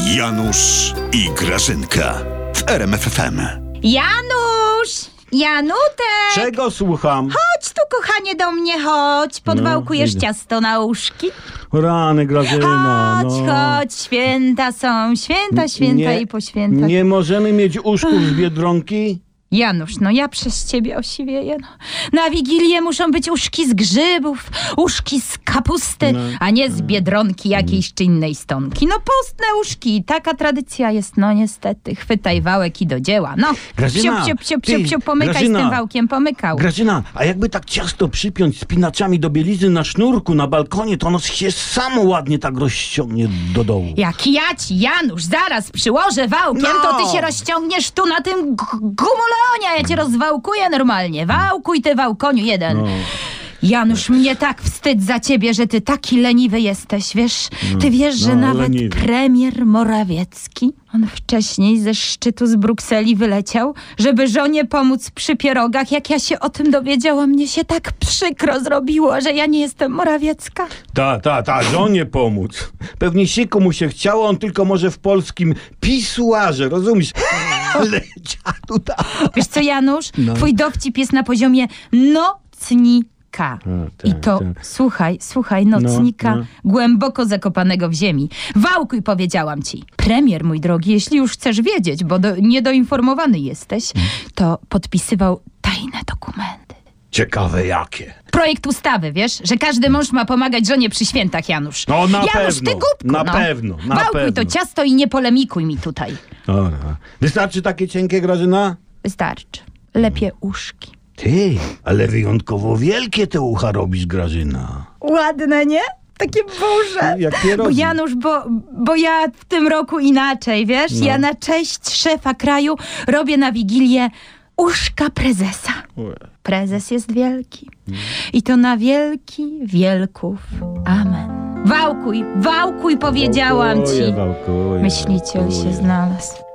Janusz i Grażynka w RMF FM. Janusz! Janutek! Czego słucham? Chodź tu, kochanie, do mnie, chodź. Podwałkujesz idę. ciasto na uszki. Rany, Grażyna. Chodź, chodź, święta są. Święta i po świętach. Nie możemy mieć uszków z Biedronki? Janusz, no ja przez ciebie osiwieję. No. Na Wigilię muszą być uszki z grzybów, uszki z kapusty, a nie z Biedronki jakiejś czy innej stonki. No postne uszki, taka tradycja jest, no niestety. Chwytaj wałek i do dzieła. No, Grażyna, psiu, pomykaj Grażyna, z tym wałkiem, pomykał. Grażyna, a jakby tak ciasto przypiąć spinaczami do bielizny na sznurku na balkonie, to ono się samo ładnie tak rozciągnie do dołu. Jak ja ci, Janusz, zaraz przyłożę wałkiem, No. to ty się rozciągniesz tu na tym gumulonie, ja cię rozwałkuję normalnie. Wałkuj ty, wałkoniu jeden. No. Janusz, mnie tak wstyd za ciebie, że ty taki leniwy jesteś, wiesz? Ty wiesz, że nawet leniwy. premier Morawiecki, on wcześniej ze szczytu z Brukseli wyleciał, żeby żonie pomóc przy pierogach. Jak ja się o tym dowiedziałam, mnie się tak przykro zrobiło, że ja nie jestem Morawiecka. Żonie pomóc. Pewnie siku mu się chciało, on tylko może w polskim pisuarze, rozumiesz? Leciał tutaj. Wiesz co, Janusz? No. Twój dowcip jest na poziomie nocnika. tak, I to, tak. słuchaj, nocnika No. głęboko zakopanego w ziemi. Wałkuj, powiedziałam ci. Premier, mój drogi, jeśli już chcesz wiedzieć, bo niedoinformowany jesteś, to podpisywał tajne dokumenty. Ciekawe jakie. Projekt ustawy, wiesz, że każdy mąż ma pomagać żonie przy świętach, Janusz. No, na Janusz, pewno. ty głupku, Na no. pewno, na Wałkuj pewno. to ciasto i nie polemikuj mi tutaj. Dobra. Wystarczy takie cienkie, Grażyna? Wystarczy. Lepiej uszki. Ty, ale wyjątkowo wielkie te ucha robisz, Grażyna. Ładne, nie? Takie burze. Jak pierogi. Bo Janusz, bo ja w tym roku inaczej, wiesz? No. Ja na cześć szefa kraju robię na Wigilię uszka prezesa. Prezes jest wielki. I to na wielki wielków. Amen. Wałkuj, powiedziałam ci. Wałkuję, Myśliciel się znalazł.